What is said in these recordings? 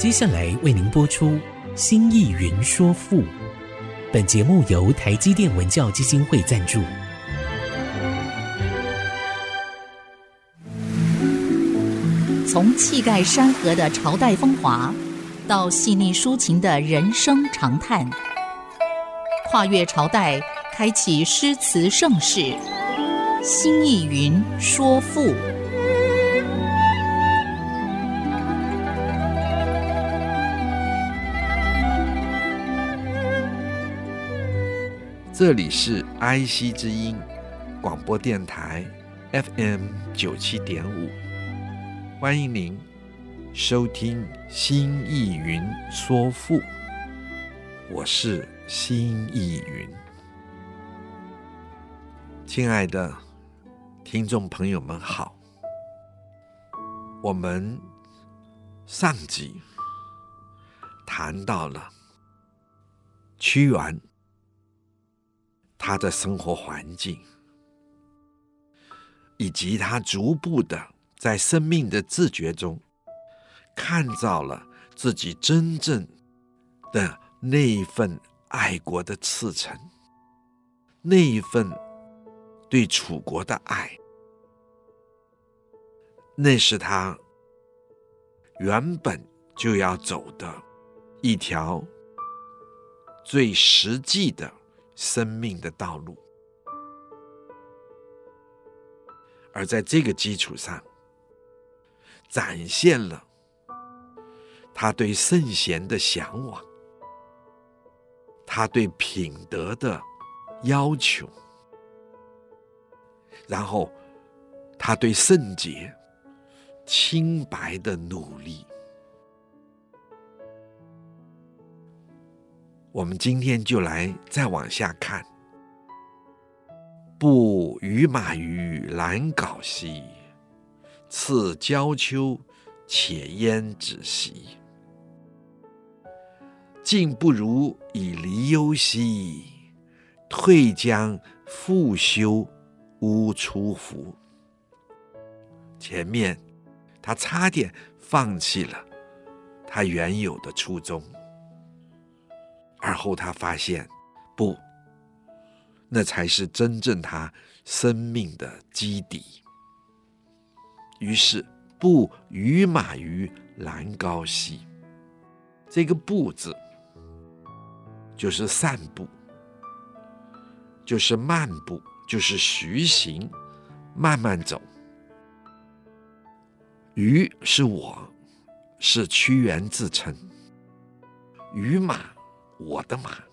接下来为您播出新义云说赋。本节目由台积电文教基金会赞助。 从气概山河的朝代风华，到细腻抒情的人生长叹，跨越朝代，开启诗词盛世。新义云说赋。 这里是哀惜之音广播电台 FM97.5，欢迎您收听新义云说赋，我是新义云。亲爱的听众朋友们好，我们上集谈到了屈原他的生活环境，以及他逐步的在生命的自觉中看到了自己真正的那一份爱国的赤诚，那一份对楚国的爱，那是他原本就要走的一条最实际的生命的道路。而在这个基础上，展现了他对圣贤的向往，他对品德的要求，然后他对圣洁清白的努力。我们今天就来再往下看。不与马于兰皋兮，次交丘，且焉止兮。进不如以离忧兮，退将复修乌出乎。前面他差点放弃了他原有的初衷，而后他发现，不，那才是真正他生命的基底。于是不与马于兰皋兮，这个不字就是散步，就是漫步，就是徐行，慢慢走。于是我，是屈原自称，于马，我的马，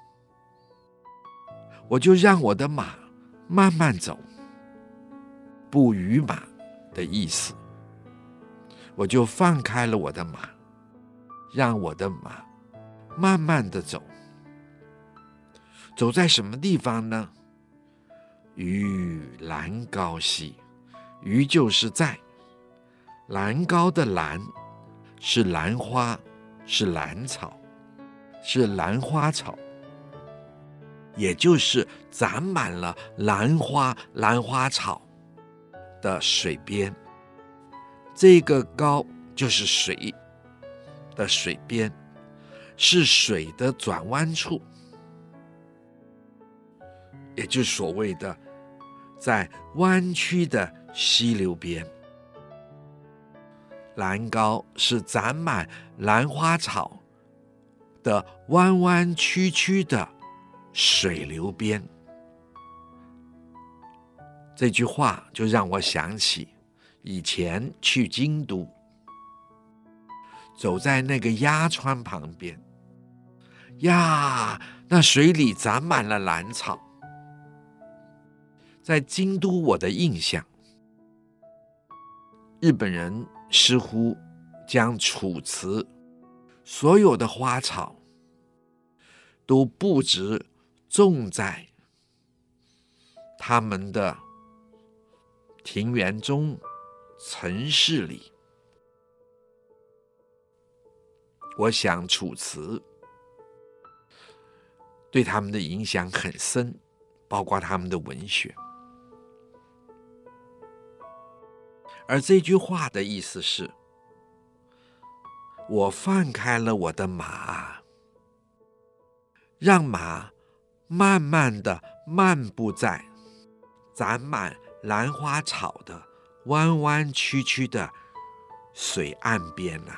我就让我的马慢慢走。不与马的意思，我就放开了我的马，让我的马慢慢的走。走在什么地方呢？于兰皋兮，于就是在，兰皋的兰是兰花，是兰草，是兰花草，也就是长满了兰花、兰花草的水边。这个皋就是水的水边，是水的转弯处，也就是所谓的在弯曲的溪流边。兰皋是长满兰花草的弯弯曲曲的水流边。这句话就让我想起以前去京都，走在那个鸭川旁边，呀，那水里长满了兰草。在京都我的印象，日本人似乎将楚辞所有的花草都布置种在他们的庭园中、城市里。我想楚辞对他们的影响很深，包括他们的文学。而这句话的意思是， 我放开了我的马，让马慢慢的漫步在长满兰花草的弯弯曲曲的水岸边啊。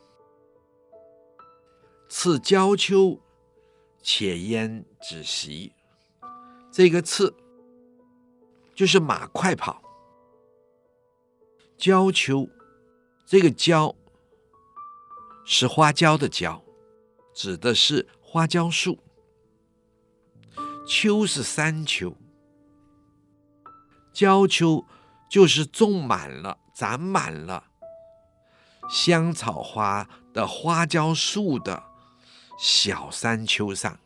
次交丘，且焉止息。这个次就是马快跑。交丘，这个交是花椒的椒，指的是花椒树。丘是山丘，交丘就是种满了、长满了香草花的花椒树的小山丘上。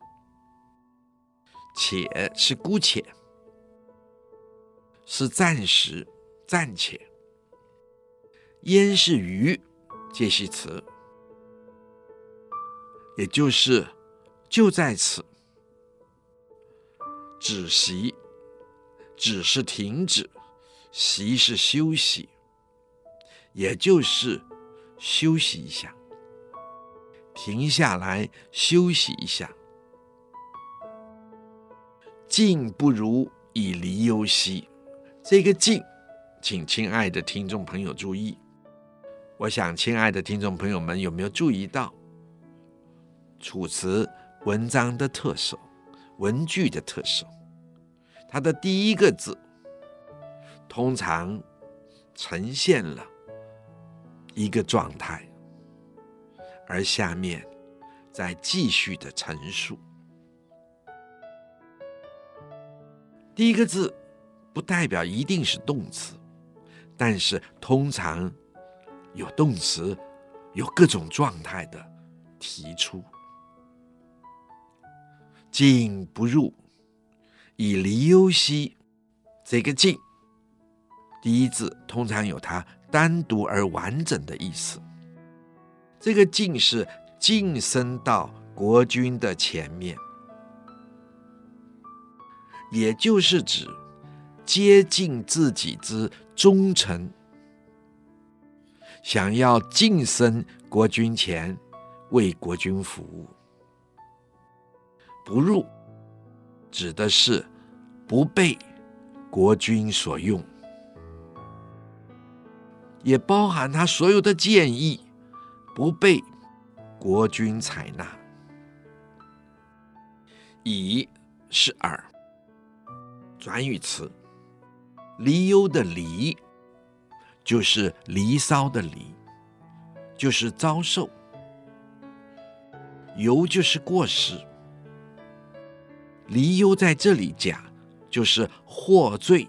且是姑且，是暂时、暂且。焉是于介系词，也就是就在此。止息，止是停止，息是休息，也就是休息一下，停下来休息一下。静不如以离忧兮，这个静，请亲爱的听众朋友注意。我想亲爱的听众朋友们有没有注意到楚辞文章的特色，文句的特色？它的第一个字通常呈现了一个状态，而下面再继续的陈述。第一个字不代表一定是动词，但是通常有动词，有各种状态的提出。静不入，以离忧兮，这个静，第一字通常有它单独而完整的意思。这个静是晋升到国君的前面，也就是指接近自己之忠臣，想要晋升国君前，为国君服务。不入指的是不被国君所用，也包含他所有的建议不被国君采纳。以是耳，转语词，离忧的离就是离骚的离，就是遭受，忧就是过失。离忧在这里讲就是获罪。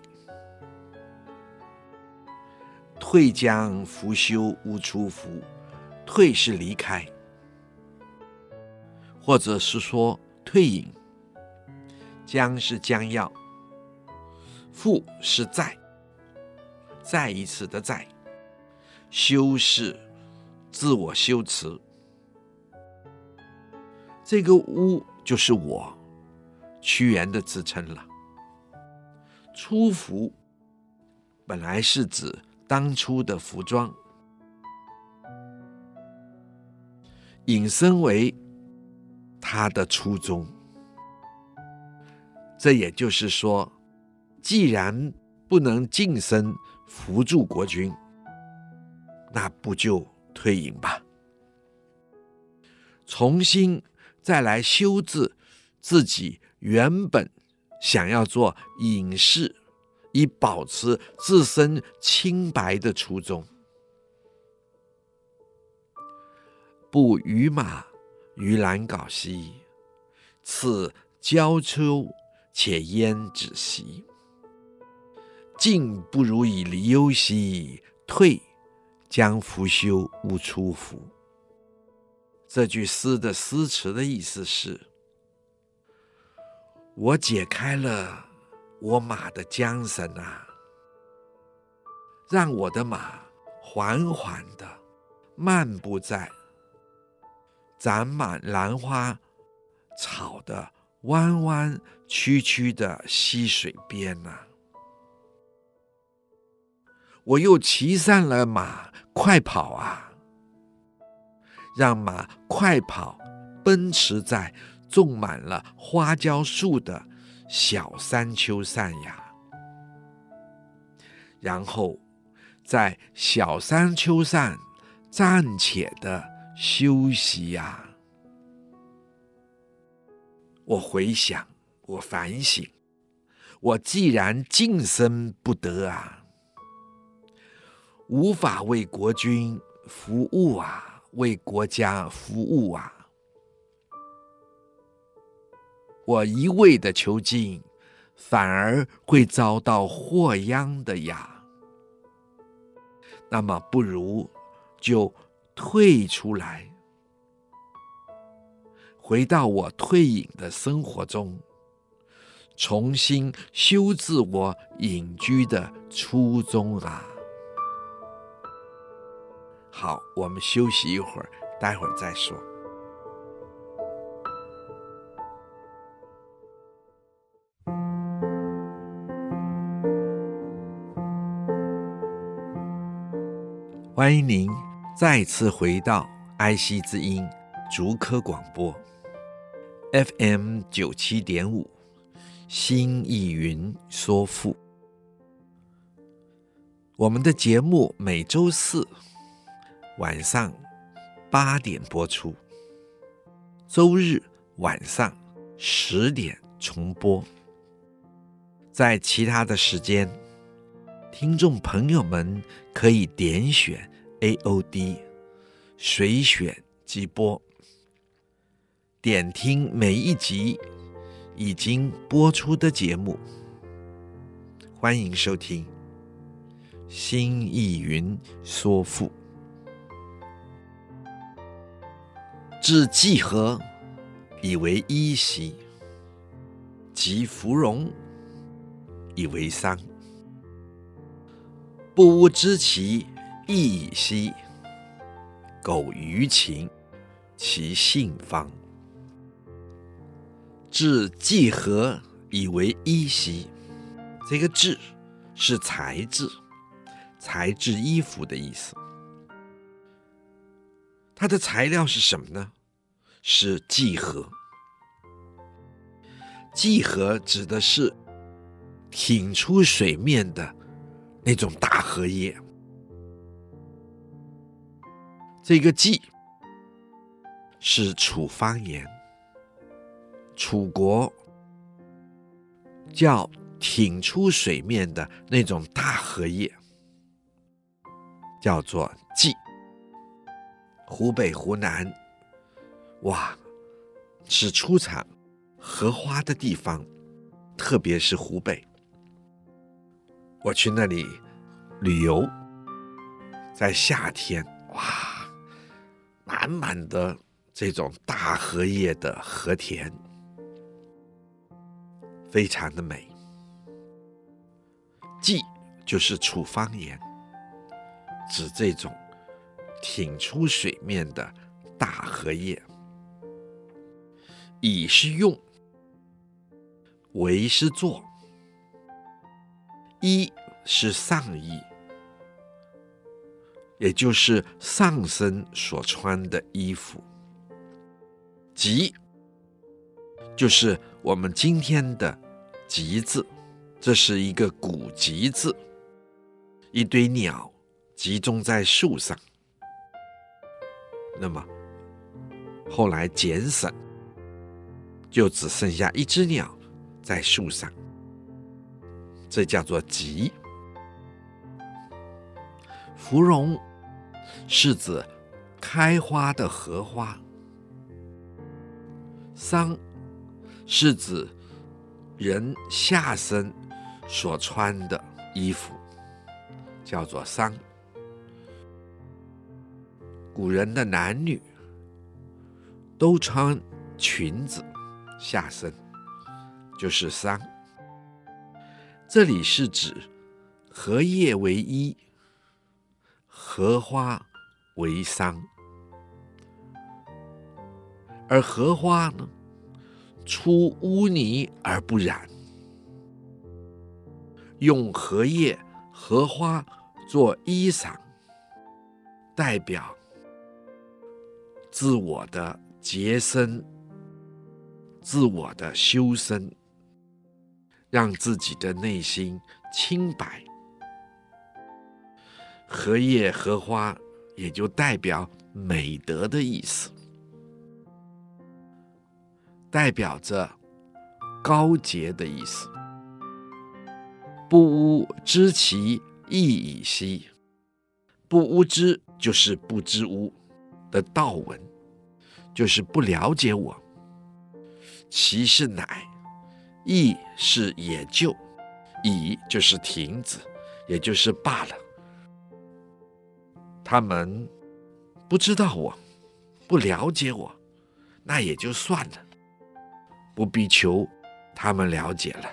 退将拂袖无出拂，退是离开，或者是说退隐。将是将要，复是再一次的再，修是自我修辞。这个污就是我屈原的自称了。出服本来是指当初的服装，引申为他的初衷。这也就是说，既然不能晋升扶助国君，那不就退隐吧，重新再来修治自己原本想要做隐士，以保持自身清白的初衷。不与马于兰缟兮，此交丘，且焉止息。静不如以离忧兮，退将拂袖无出拂。这句诗的诗词的意思是，我解开了我马的缰绳啊，让我的马缓缓地漫步在长满兰花草的弯弯曲曲的溪水边啊。我又骑上了马，快跑啊！ 让马快跑，奔驰在种满了花椒树的小山丘上呀。然后在小山丘上暂且的休息呀。我回想，我反省，我既然晋升不得啊，无法为国军服务啊，为国家服务啊，我一味的求进，反而会遭到祸殃的呀。那么不如就退出来，回到我退隐的生活中，重新修治我隐居的初衷啊。好，我们休息一会儿，待会儿再说。欢迎您再次回到爱惜之音竹科广播 FM 97.5新意云说赋。我们的节目每周四晚上8点播出，周日晚上10点重播。在其他的时间，听众朋友们可以点选 AOD 随选即播，点听每一集已经播出的节目。欢迎收听新意云说赋。至季和，以为衣兮；及芙蓉，以为桑。不吾知其意矣兮，苟于情，其性芳。至季和，以为衣兮。这个制是裁制，裁制衣服的意思。它的材料是什么呢？是季和。季和指的是挺出水面的那种大荷叶。这个季是楚方言，楚国叫挺出水面的那种大荷叶，叫做季。湖北、湖南，哇，是出产荷花的地方，特别是湖北。我去那里旅游，在夏天，哇，满满的这种大荷叶的荷田，非常的美。季就是楚方言，指这种挺出水面的大荷叶。以是用，为是做，衣是上衣，也就是上身所穿的衣服。集就是我们今天的集字，这是一个古集字，一堆鸟集中在树上，那么后来减省，就只剩下一只鸟在树上，这叫做集。芙蓉是指开花的荷花，桑是指人下身所穿的衣服，叫做桑。古人的男女都穿裙子下身，就是桑。这里是指荷叶为衣，荷花为桑。而荷花呢，出污泥而不染，用荷叶、荷花做衣裳，代表自我的洁身，自我的修身，让自己的内心清白。荷叶荷花也就代表美德的意思，代表着高洁的意思。不污知其意矣兮，不污知就是不知污的道文，就是不了解我。其是乃，意是也就，矣就是停止，也就是罢了。他们不知道我，不了解我，那也就算了，不必求他们了解了。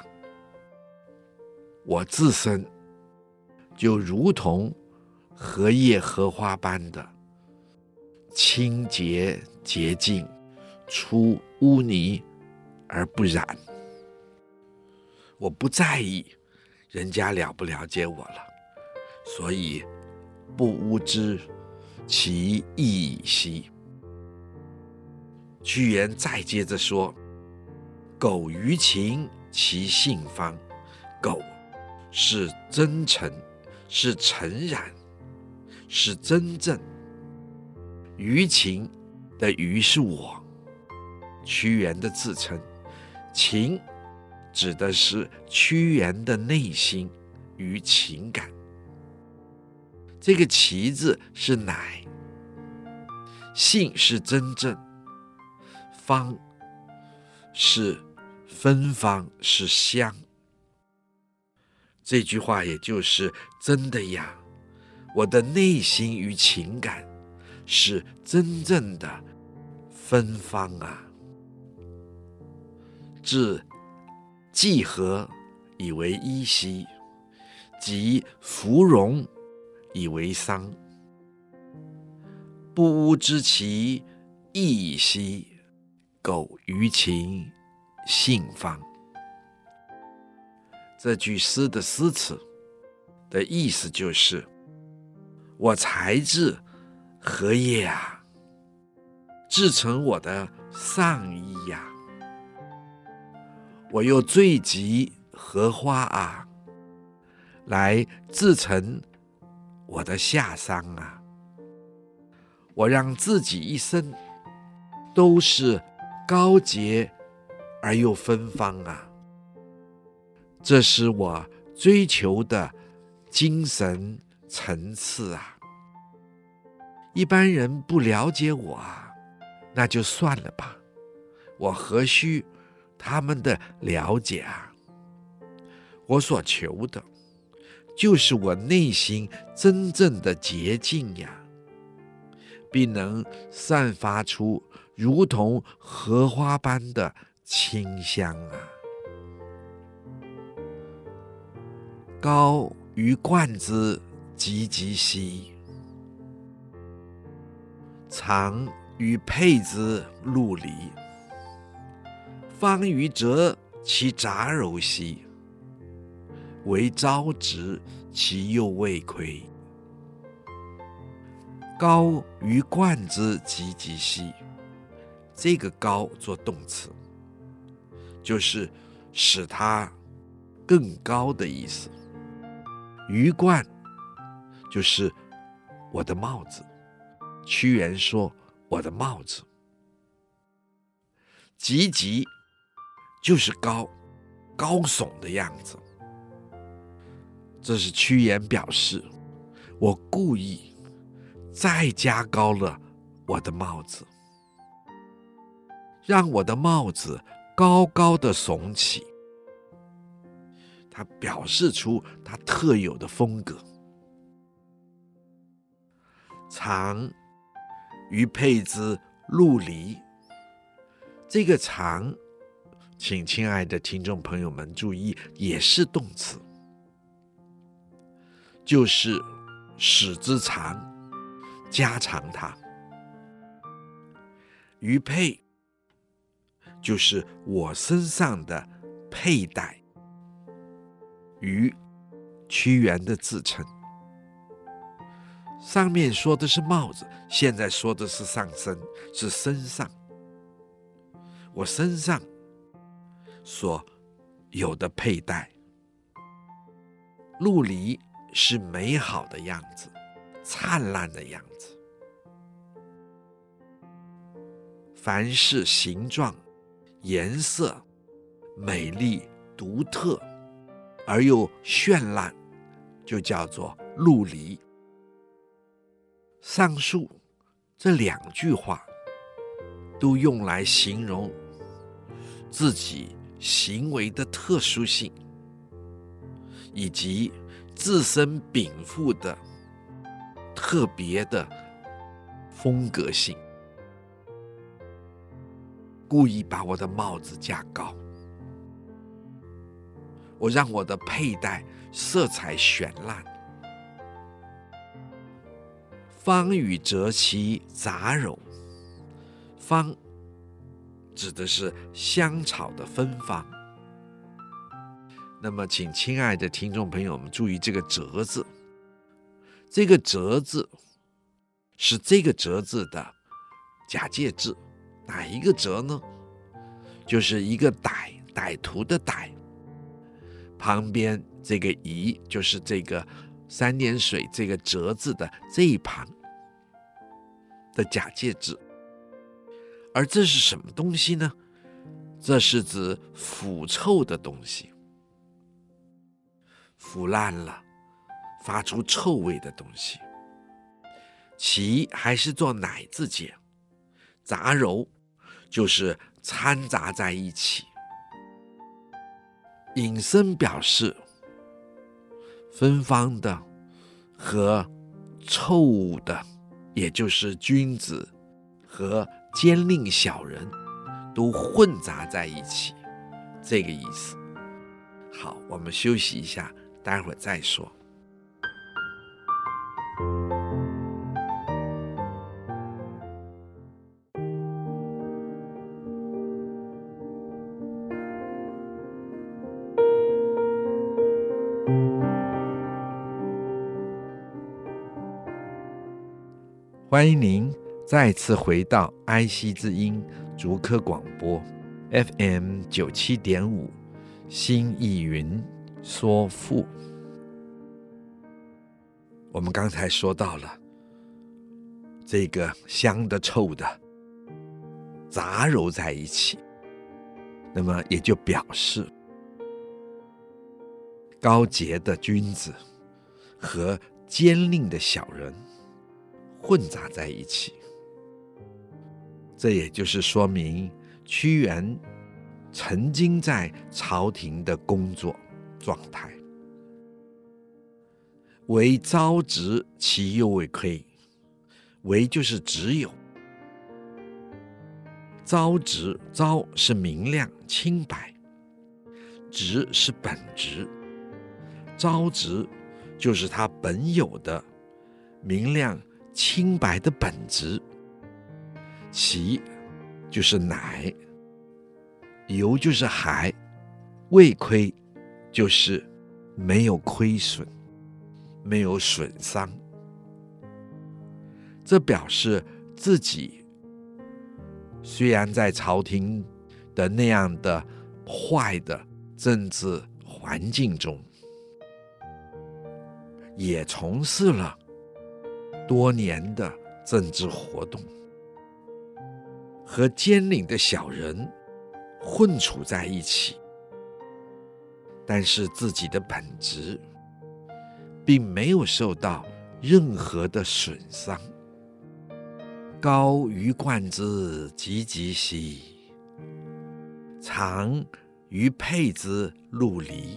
我自身就如同荷叶荷花般的清洁洁净，出污泥而不染。我不在意人家了不了解我了，所以不污知其意矣兮。屈原再接着说：苟于情，其性方。苟是真诚，是诚然，是真正。于情的于是我，屈原的自称。情指的是屈原的内心与情感。这个其字是乃，性是真正，方是芬芳，是香。这句话也就是真的呀，我的内心与情感是真正的芬芳啊。至既合以为衣兮，及芙蓉以为桑。不污知其意矣兮，苟于情，性方。这句诗的诗词的意思就是，我裁制荷叶啊，制成我的上衣呀，我又缀集荷花啊，来制成我的下裳啊。我让自己一生都是高洁而又芬芳啊，这是我追求的精神层次啊。一般人不了解我啊，那就算了吧，我何须他们的了解啊？我所求的就是我内心真正的洁净呀，并能散发出如同荷花般的清香啊。高于冠之汲汲兮，长于佩之陆离。方于折其杂糅兮，为朝直其又未亏。高于冠之汲汲兮，这个高做动词，就是使它更高的意思。于冠就是我的帽子，屈原说我的帽子。汲汲就是高耸的样子，这是屈原表示我故意再加高了我的帽子，让我的帽子高高的耸起，它表示出它特有的风格。长于佩之陆离，这个长请亲爱的听众朋友们注意，也是动词，就是使之长，加长它。于佩就是我身上的佩戴，于屈原的自称。 上面说的是帽子，现在说的是上身，是身上。我身上所有的佩戴，陆离是美好的样子，灿烂的样子。凡是形状、颜色美丽、独特而又绚烂，就叫做陆离。上述这2句话都用来形容自己行为的特殊性，以及自身禀赋的特别的风格性。故意把我的帽子架高，我让我的佩戴色彩绚烂。方与折其杂糅，方指的是香草的芬芳。那么请亲爱的听众朋友们注意这个折字，这个折字是这个折字的假借字。哪一个折呢？就是一个歹徒的歹，旁边这个夷就是这个三点水这个折字的这一旁的假借字。而这是什么东西呢？这是指腐臭的东西，腐烂了发出臭味的东西。其还是做乃字解，杂糅就是掺杂在一起。引申表示芬芳的和臭的，也就是君子和奸佞小人都混杂在一起，这个意思。好，我们休息一下，待会儿再说。欢迎您再次回到哀惜之音竹科广播 FM 97.5新意云说赋。我们刚才说到了这个香的臭的杂糅在一起，那么也就表示高洁的君子和奸佞的小人混杂在一起。这也就是说明屈原曾经在朝廷的工作状态。唯昭直其右未亏，唯就是只有，昭直，昭是明亮清白，直是本质，昭直就是它本有的明亮清白的本质。其就是乃，犹就是还，未亏就是没有亏损，没有损伤。这表示自己虽然在朝廷的那样的坏的政治环境中，也从事了多年的政治活动，和奸佞的小人混处在一起，但是自己的本质并没有受到任何的损伤。高于冠之汲汲兮，常于佩之陆离。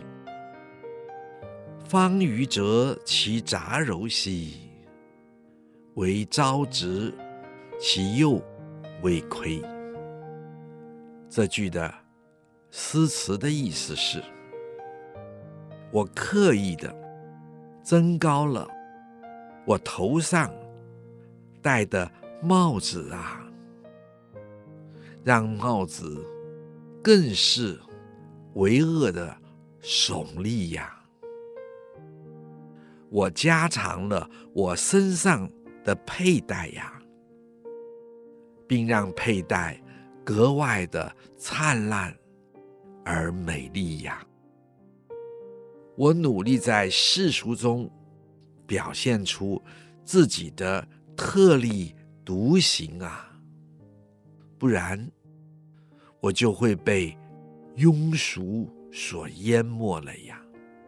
方于折其杂糅兮，唯昭直其右未亏。这句的诗词的意思是，我刻意的增高了我头上戴的帽子啊，让帽子更是巍峨的耸立呀。 我加长了我身上的佩戴呀，并让佩戴格外的灿烂而美丽呀。我努力在世俗中表现出自己的特立独行啊，不然我就会被庸俗所淹没了呀。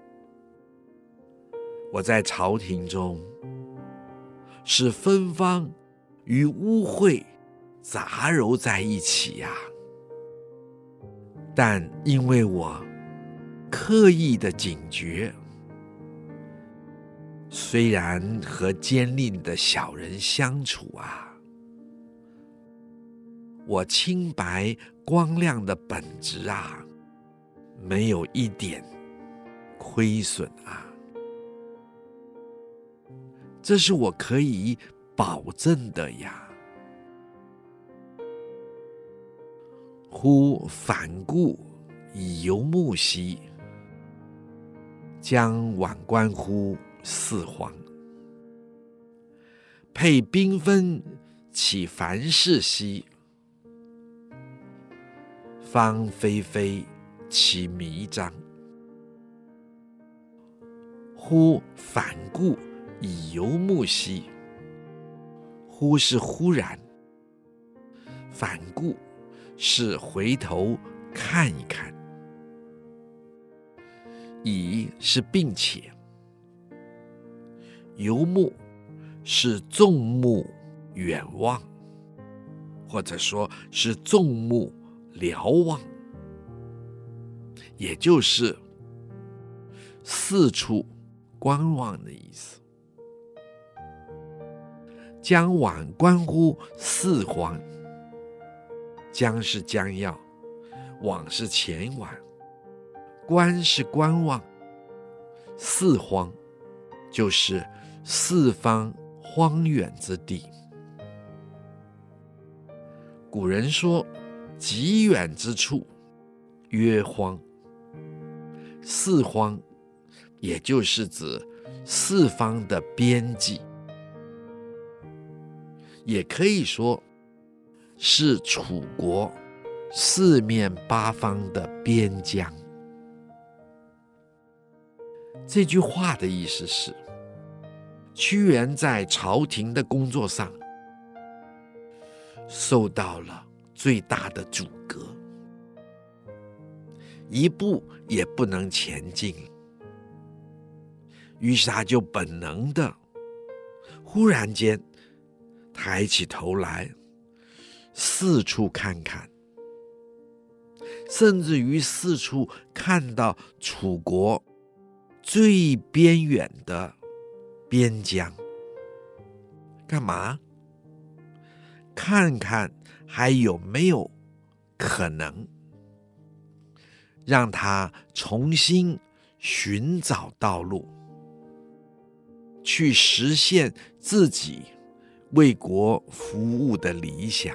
我在朝廷中使芬芳与污秽杂糅在一起呀，但因为我刻意的警觉，虽然和奸佞的小人相处啊，我清白光亮的本质啊，没有一点亏损啊，这是我可以保证的呀。忽反顾以游牧兮，将晚观乎四荒。佩缤纷起凡事兮，芳菲菲其弥彰。忽反顾以游牧兮，忽是忽然，反顾是回头看一看，以是并且，游牧是纵目远望，或者说是纵目瞭望，也就是四处观望的意思。将晚观乎四荒，将是将要，往是前往，观是观望，四荒就是四方荒远之地。古人说极远之处曰荒，四荒也就是指四方的边际，也可以说是楚国四面八方的边疆。这句话的意思是，屈原在朝廷的工作上受到了最大的阻隔，一步也不能前进，于是他就本能的忽然间抬起头来四处看看，甚至于四处看到楚国最边远的边疆。干嘛？看看还有没有可能让他重新寻找道路，去实现自己为国服务的理想。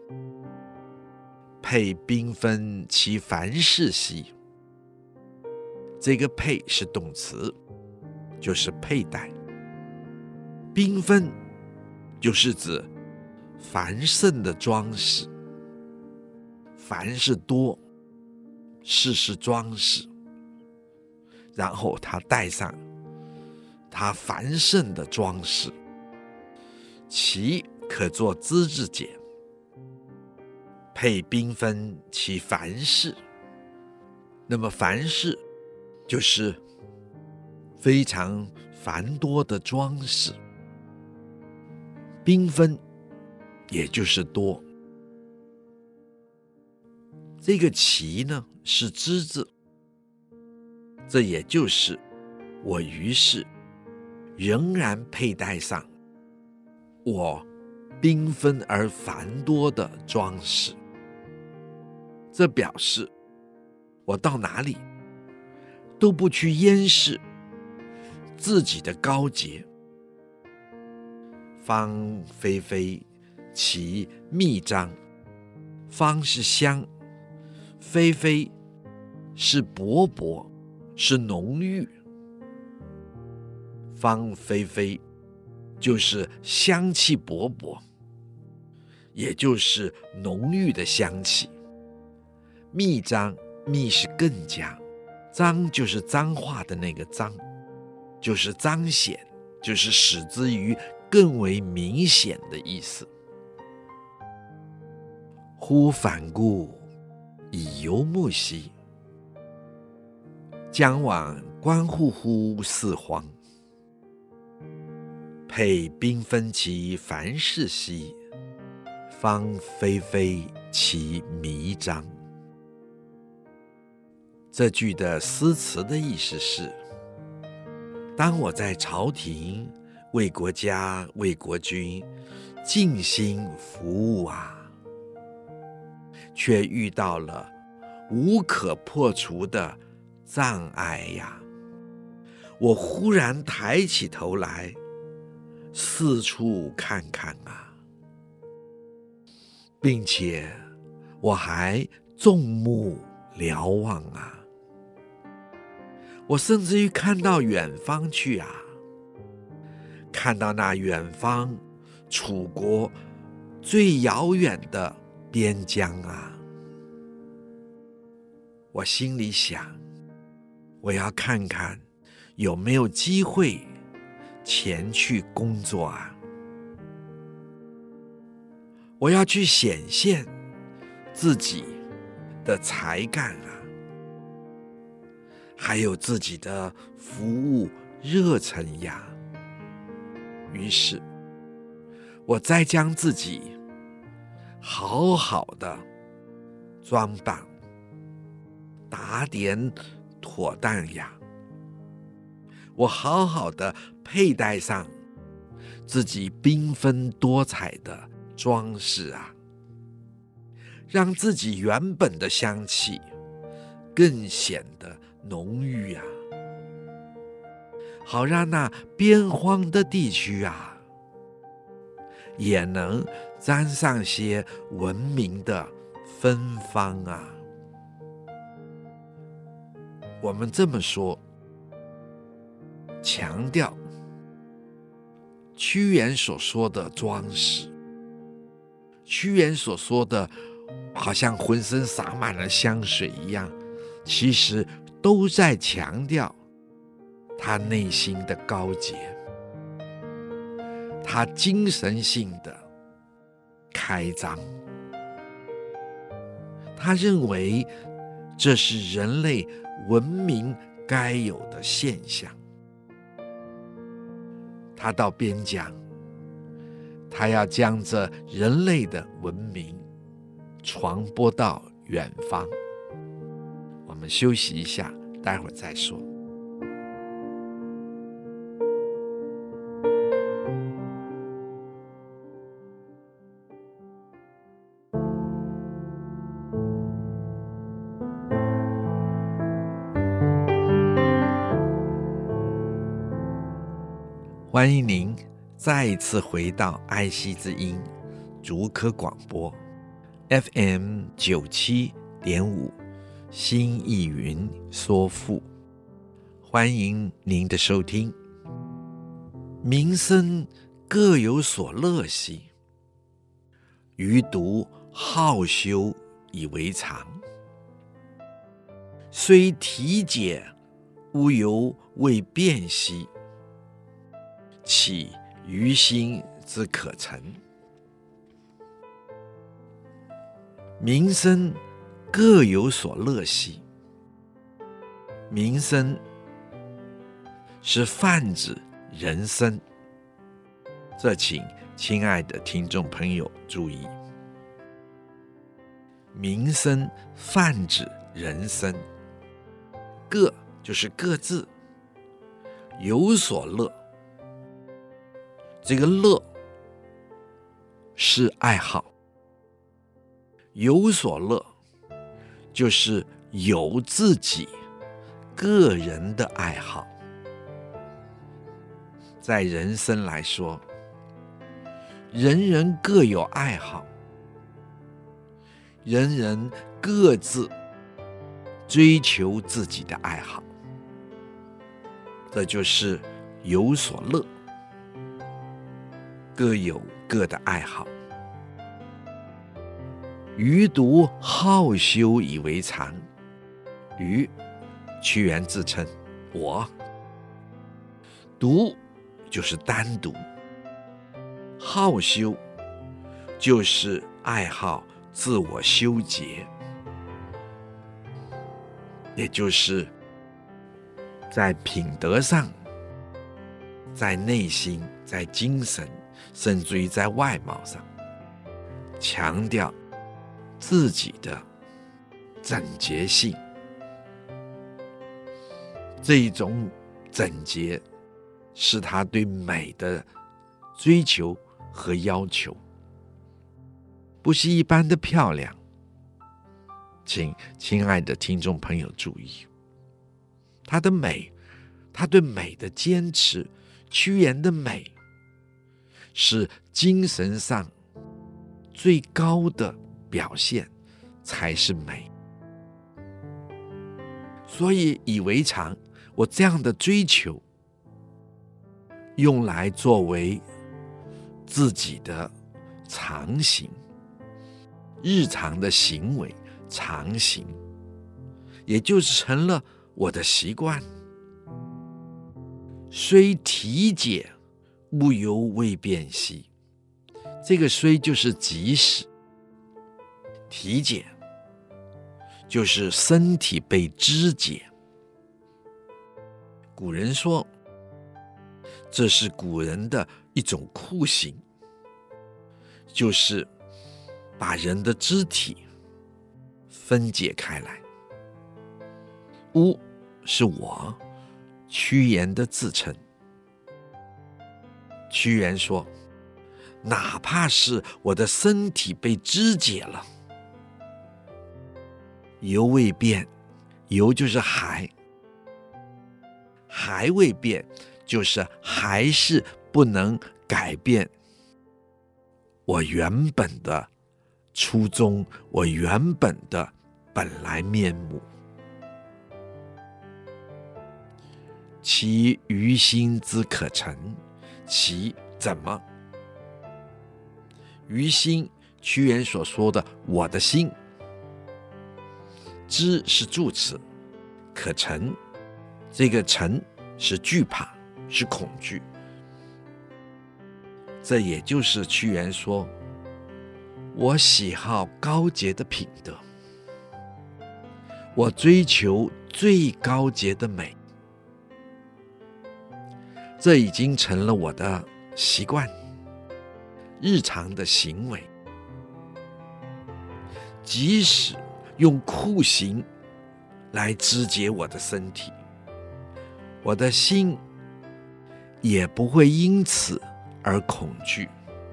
佩缤纷其凡事兮，这个佩是动词，就是佩戴。缤纷就是指繁盛的装饰，凡是多，事是装饰，然后他戴上他繁盛的装饰，其可作资质解。佩缤纷其凡事，那么凡事就是非常繁多的装饰，缤纷也就是多。这个其呢是之字，这也就是我于是仍然佩戴上我缤纷而繁多的装饰。这表示我到哪里都不去掩饰自己的高洁。芳菲菲其弥彰，芳是香，菲菲是勃勃，是浓郁。 芳菲菲就是香气勃勃，也就是浓郁的香气。密章，密是更加，彰就是彰化的那个彰，就是彰显，就是使之于更为明显的意思。忽反顾以游目兮，将往观户乎四荒。佩缤纷其凡事兮，芳菲菲其弥彰。这句的诗词的意思是：当我在朝廷为国家为国军尽心服务啊，却遇到了无可破除的障碍呀。我忽然抬起头来，四处看看啊，并且我还纵目瞭望啊。我甚至于看到远方去啊，看到那远方楚国最遥远的边疆啊。我心里想，我要看看有没有机会前去工作啊。我要去显现自己的才干啊，还有自己的服务热忱呀。于是我再将自己好好的装扮打点妥当呀，我好好的佩戴上自己缤纷多彩的装饰啊，让自己原本的香气更显得浓郁啊，好让那边荒的地区啊也能沾上些文明的芬芳啊。我们这么说，强调屈原所说的装饰，屈原所说的好像浑身洒满了香水一样，其实都在强调他内心的高洁，他精神性的开张。他认为这是人类文明该有的现象。他到边疆，他要将这人类的文明传播到远方。我们休息一下，待会儿再说。欢迎您再一次回到爱惜之音竹科广播 FM 97.5新意云说赋，欢迎您的收听。民生各有所乐兮，余独好修以为常。虽体解，吾犹未辨兮，岂余心之可成？民生各有所乐兮，民生是泛指人生，这请亲爱的听众朋友注意，民生泛指人生，各就是各自，有所乐，这个乐是爱好，有所乐就是有自己个人的爱好。在人生来说，人人各有爱好，人人各自追求自己的爱好，这就是有所乐，各有各的爱好。余独好修以为常。余，屈原自称我。独就是单独，好修就是爱好自我修洁，也就是在品德上，在内心，在精神，甚至于在外貌上，强调自己的整洁性。这一种整洁是他对美的追求和要求，不是一般的漂亮。请亲爱的听众朋友注意，他的美，他对美的坚持，屈原的美是精神上最高的表现，才是美。所以以为常，我这样的追求用来作为自己的常行，日常的行为常行，也就是成了我的习惯。虽体解，吾犹未变兮。这个虽就是即使，体解就是身体被肢解。古人说，这是古人的一种酷刑，就是把人的肢体分解开来。吾是我，屈原的自称。屈原说，哪怕是我的身体被肢解了，犹未变。犹就是还未变，就是还是不能改变我原本的初衷，我原本的本来面目。其余心之可成，其怎么？余心，屈原所说的我的心，知是助词，可成，这个成是惧怕，是恐惧。这也就是屈原说，我喜好高洁的品德，我追求最高洁的美，这已经成了我的习惯，日常的行为。即使用酷刑来肢解我的身体，我的心也不会因此而恐惧。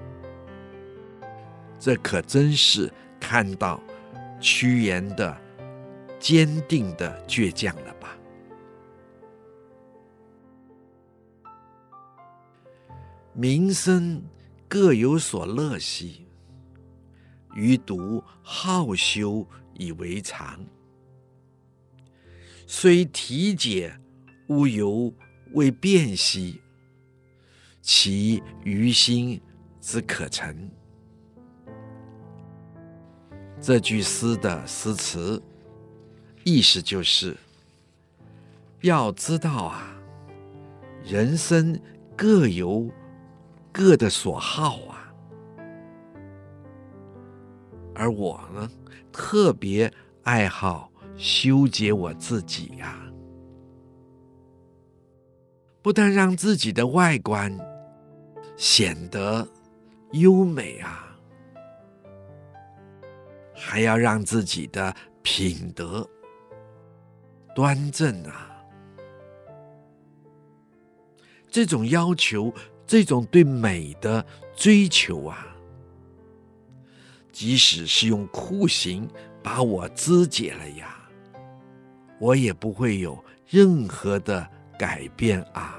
这可真是看到屈原的坚定的倔强了吧。民生各有所乐兮，余独好修以为常。虽体解，吾犹未变兮，其余心之可成。这句诗的诗词意思就是要知道啊，人生各有各的所好啊，而我呢，特别爱好修洁我自己呀，不但让自己的外观显得优美啊，还要让自己的品德端正啊。这种要求，这种对美的追求啊，即使是用酷刑把我肢解了呀，我也不会有任何的改变啊。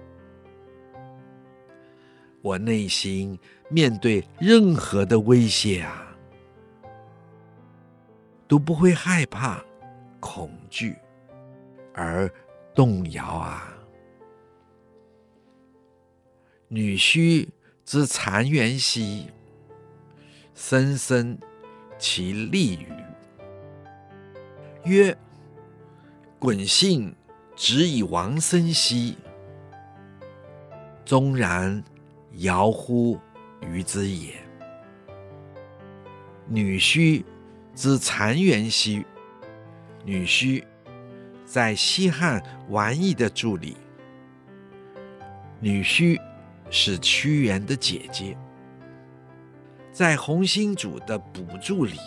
我内心面对任何的威胁啊，都不会害怕、恐惧而动摇啊。 女婿之残垣兮，森森其利于。曰：滚信直以亡身兮，终然遥乎于之也。女婿之残垣兮，女婿在西汉完颜的注里，女婿是屈原的姐姐。在洪兴祖的补注里，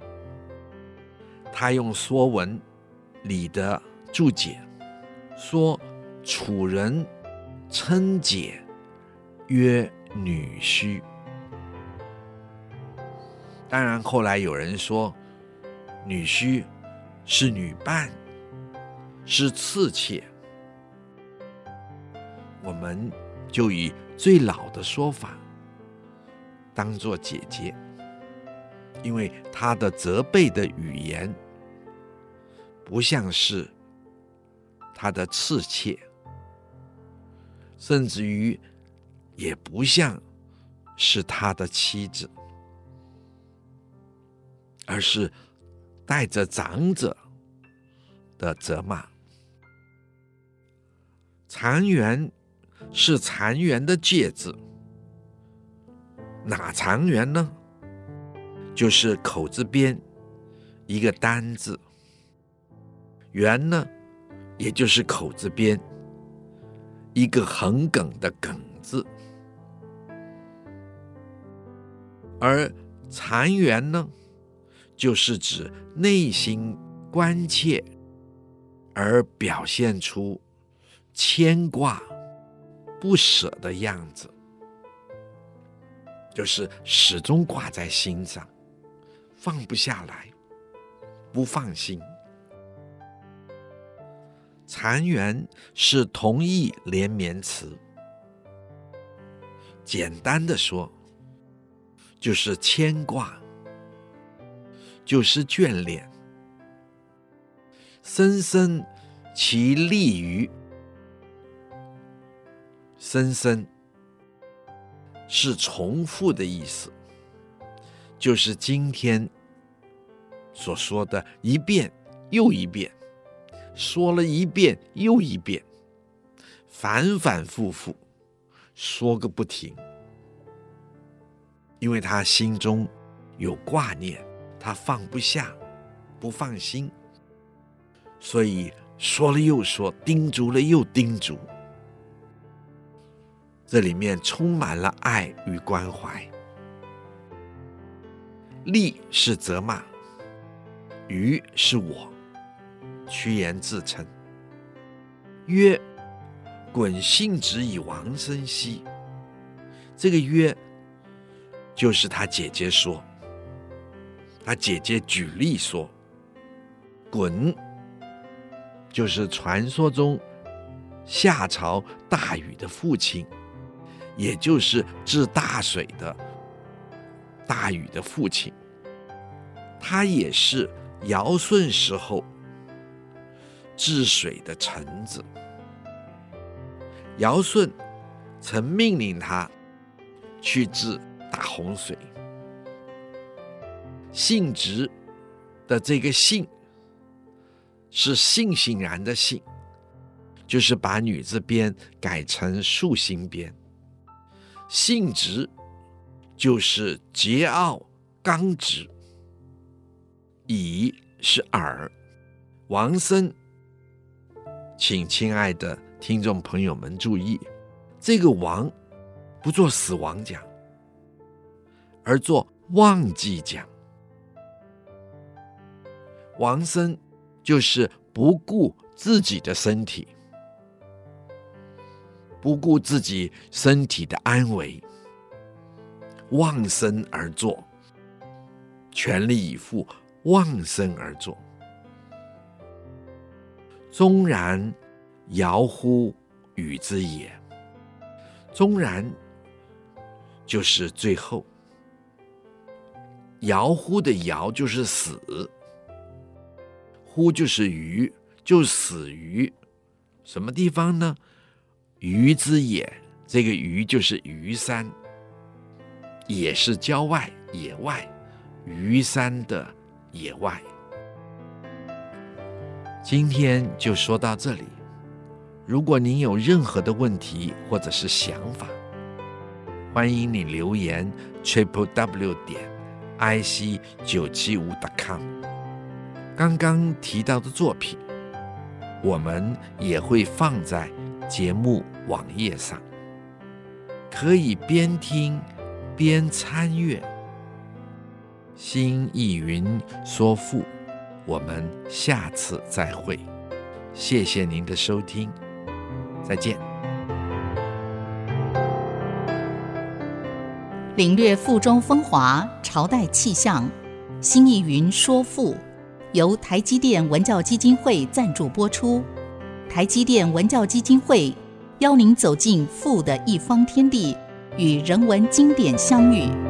他用《说文》里的注解说，楚人称姐曰女婿。当然后来有人说女婿是女伴，是次妾，我们就以最老的说法当作姐姐，因为她的责备的语言不像是她的次妾，甚至于也不像是她的妻子，而是带着长者的责骂。残垣是残垣的介字，哪残垣呢？就是口字边一个单字，垣呢，也就是口字边一个横梗的梗字。而残垣呢，就是指内心关切而表现出牵挂不舍的样子，就是始终挂在心上，放不下来，不放心。残垣是同义连绵词，简单的说就是牵挂，就是眷恋。森森其利于，森森是重复的意思，就是今天所说的一遍又一遍，说了一遍又一遍，反反复复说个不停。因为他心中有挂念，他放不下，不放心，所以说了又说，叮嘱了又叮嘱。这里面充满了爱与关怀。利是责骂，于是我，屈原自称。曰：滚信直以亡身兮。这个曰就是他姐姐说，他姐姐举例说，鲧就是传说中夏朝大禹的父亲，也就是治大水的大禹的父亲，他也是尧舜时候治水的臣子。尧舜曾命令他去治大洪水，信直的这个信是悻悻然的悻，就是把女字边改成竖心边。信直就是桀骜刚直，以是耳。亡身，请亲爱的听众朋友们注意，这个亡不做死亡讲，而做忘记讲。亡身就是不顾自己的身体，不顾自己身体的安危，忘身而做，全力以赴，忘身而做。终然遥乎与之也。终然就是最后，遥乎的遥就是死，乎就是于，就死于什么地方呢？于之也， 这个鱼就是鱼山，也是郊外野外，鱼山的野外。今天就说到这里，如果您有任何的问题或者是想法，欢迎你留言 www.ic975.com。 刚刚提到的作品，我们也会放在节目网页上，可以边听边参阅。新意云说赋，我们下次再会，谢谢您的收听，再见。 领略赋中风华，朝代气象，新意云说赋，由台积电文教基金会赞助播出。台积电文教基金会邀您走进赋的一方天地，与人文经典相遇。